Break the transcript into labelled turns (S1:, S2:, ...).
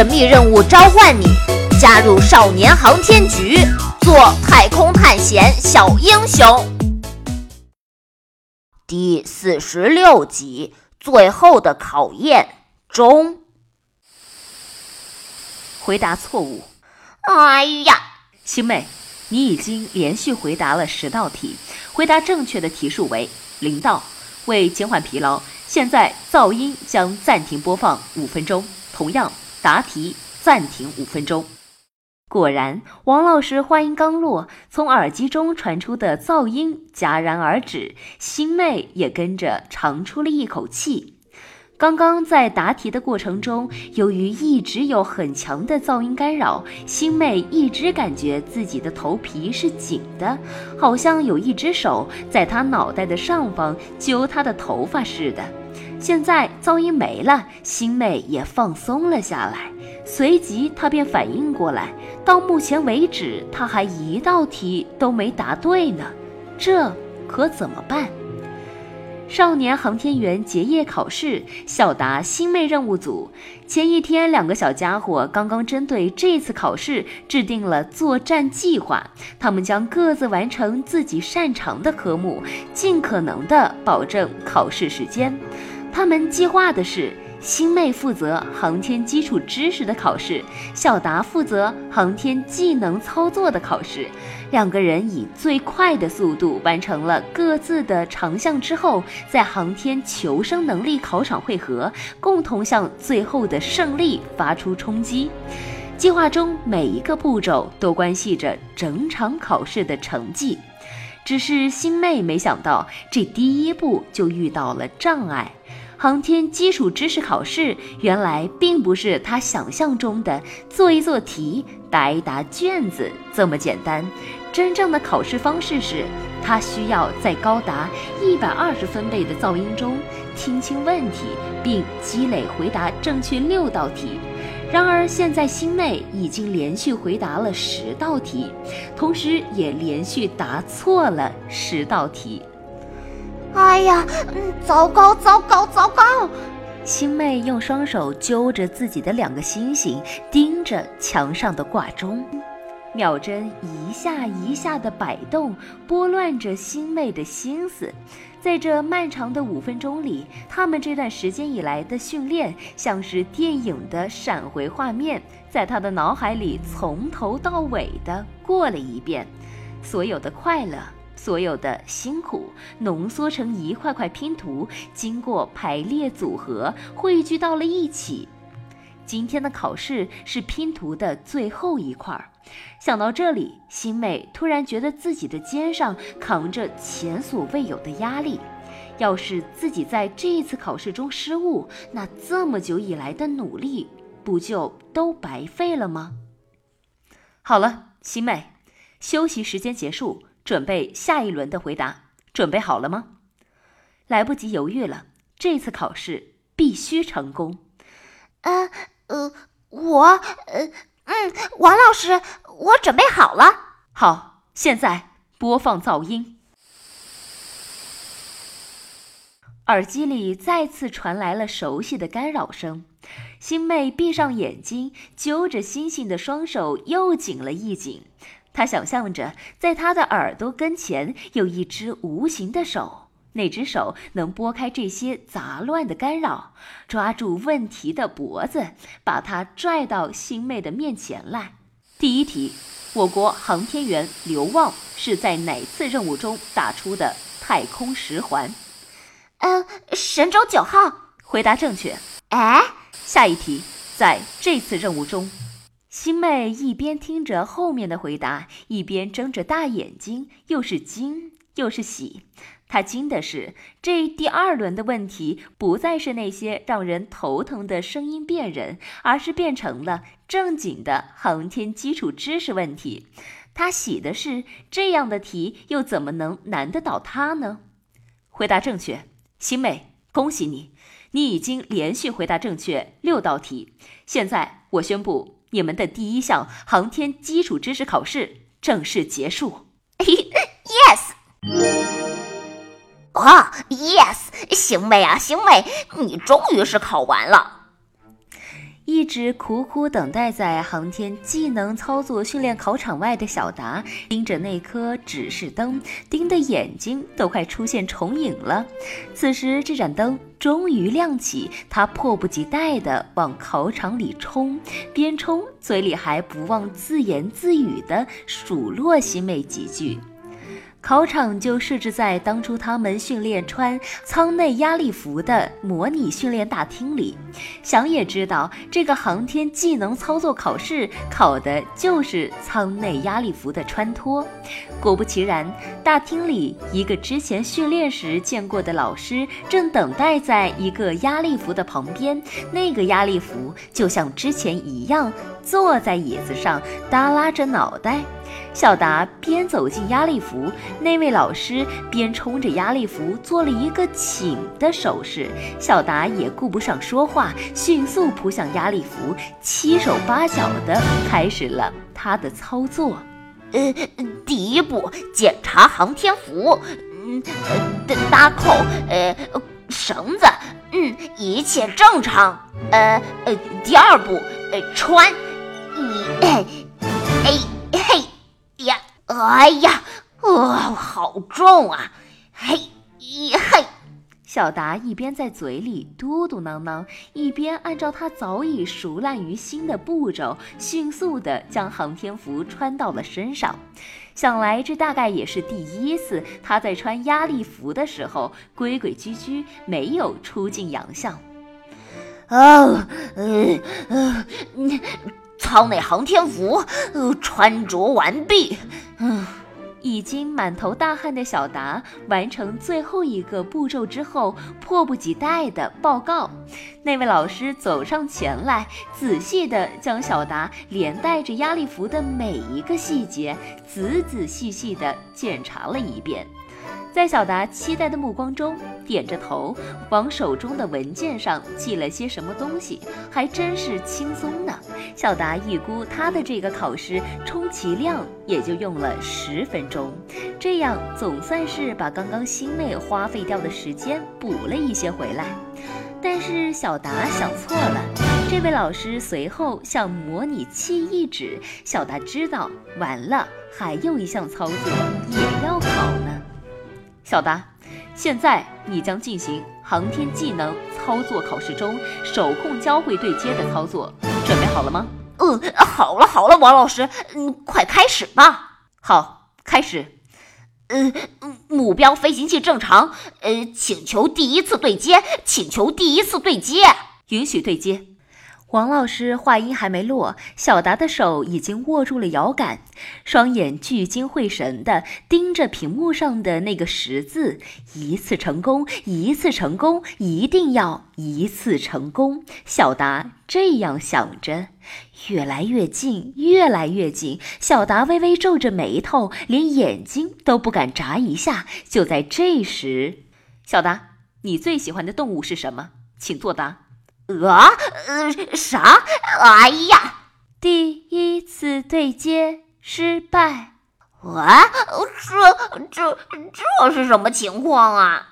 S1: 神秘任务召唤你，加入少年航天局，做太空探险小英雄。第46集，最后的考验中。
S2: 回答错误。
S1: 哎呀，
S2: 星妹，你已经连续回答了10道题，回答正确的题数为0道。为减缓疲劳，现在噪音将暂停播放5分钟，同样答题暂停5分钟。果然，王老师话音刚落，从耳机中传出的噪音戛然而止，星妹也跟着长出了一口气。刚刚在答题的过程中，由于一直有很强的噪音干扰，星妹一直感觉自己的头皮是紧的，好像有一只手在她脑袋的上方揪她的头发似的。现在噪音没了，星妹也放松了下来，随即她便反应过来，到目前为止她还1道题都没答对呢，这可怎么办？少年航天员结业考试，孝达星妹任务组。前一天，2个小家伙刚刚针对这次考试制定了作战计划，他们将各自完成自己擅长的科目，尽可能的保证考试时间。他们计划的是，星妹负责航天基础知识的考试，孝达负责航天技能操作的考试。2个人以最快的速度完成了各自的长项之后，在航天求生能力考场汇合，共同向最后的胜利发出冲击。计划中每一个步骤都关系着整场考试的成绩，只是星妹没想到，这第一步就遇到了障碍。航天基础知识考试原来并不是他想象中的做一做题、答一答卷子这么简单。真正的考试方式是，他需要在高达120分贝的噪音中听清问题，并积累回答正确6道题。然而现在星妹已经连续回答了10道题，同时也连续答错了10道题。
S1: 哎呀，糟糕！
S2: 星妹用双手揪着自己的2个星星，盯着墙上的挂钟，秒针一下一下的摆动，拨乱着星妹的心思。在这漫长的5分钟里，他们这段时间以来的训练，像是电影的闪回画面，在他的脑海里从头到尾的过了一遍。所有的快乐，所有的辛苦，浓缩成一块块拼图，经过排列组合，汇聚到了一起。今天的考试是拼图的最后一块。想到这里，星妹突然觉得自己的肩上扛着前所未有的压力。要是自己在这一次考试中失误，那这么久以来的努力不就都白费了吗？好了，星妹，休息时间结束，准备下一轮的回答，准备好了吗？来不及犹豫了，这次考试必须成功。
S1: 王老师，我准备好了。
S2: 好，现在播放噪音。耳机里再次传来了熟悉的干扰声，星妹闭上眼睛，揪着星星的双手又紧了一紧。她想象着，在她的耳朵跟前有一只无形的手，那只手能拨开这些杂乱的干扰，抓住问题的脖子，把它拽到星妹的面前来。第一题，我国航天员刘旺是在哪次任务中打出的太空10环？
S1: 神舟9号。
S2: 回答正确。下一题，在这次任务中，星妹一边听着后面的回答，一边睁着大眼睛，又是惊又是喜。她惊的是，这第2轮的问题不再是那些让人头疼的声音辨认，而是变成了正经的航天基础知识问题。她喜的是，这样的题又怎么能难得倒她呢？回答正确，星妹，恭喜你，你已经连续回答正确6道题。现在我宣布，你们的第1项航天基础知识考试正式结束。
S1: Yes！ Yes！ 星妹啊，星妹，你终于是考完了。
S2: 一直苦苦等待在航天技能操作训练考场外的小达，盯着那颗指示灯，盯得眼睛都快出现重影了。此时这盏灯终于亮起，他迫不及待地往考场里冲，边冲嘴里还不忘自言自语地数落新妹几句。考场就设置在当初他们训练穿舱内压力服的模拟训练大厅里。想也知道，这个航天技能操作考试考的就是舱内压力服的穿脱。果不其然，大厅里一个之前训练时见过的老师正等待在一个压力服的旁边，那个压力服就像之前一样坐在椅子上耷拉着脑袋。小达边走进压力服，那位老师边冲着压力服做了一个请的手势。小达也顾不上说话，迅速扑向压力服，七手八脚地开始了他的操作。
S1: 第一步，检查航天服，搭扣，绳子，一切正常。第二步，穿，哎呀，好重啊！嘿。
S2: 小达一边在嘴里嘟嘟囔囔，一边按照他早已熟烂于心的步骤，迅速地将航天服穿到了身上。想来这大概也是第一次他在穿压力服的时候规规矩矩，没有出尽洋相。
S1: 舱内航天服穿着完毕。
S2: 已经满头大汗的小达完成最后一个步骤之后，迫不及待地报告。那位老师走上前来，仔细地将小达连带着压力服的每一个细节仔仔细细地检查了一遍。在小达期待的目光中，点着头往手中的文件上记了些什么东西，还真是轻松呢。小达预估他的这个考试充其量也就用了10分钟，这样总算是把刚刚新妹花费掉的时间补了一些回来。但是小达想错了，这位老师随后向模拟器一指，小达知道完了，还有一项操作也要考呢。小达，现在你将进行航天技能操作考试中手控交会对接的操作，准备好了吗？
S1: 好了，王老师，快开始吧。
S2: 好，开始。
S1: 目标飞行器正常，请求第一次对接，
S2: 允许对接。王老师话音还没落，小达的手已经握住了摇杆，双眼聚精会神地盯着屏幕上的那个10字，一次成功，一次成功，一定要一次成功。小达这样想着，越来越近，越来越近。小达微微皱着眉头，连眼睛都不敢眨一下。就在这时，小达，你最喜欢的动物是什么？请作答。
S1: 啥？哎呀！
S2: 第一次对接失败。
S1: 这是什么情况啊？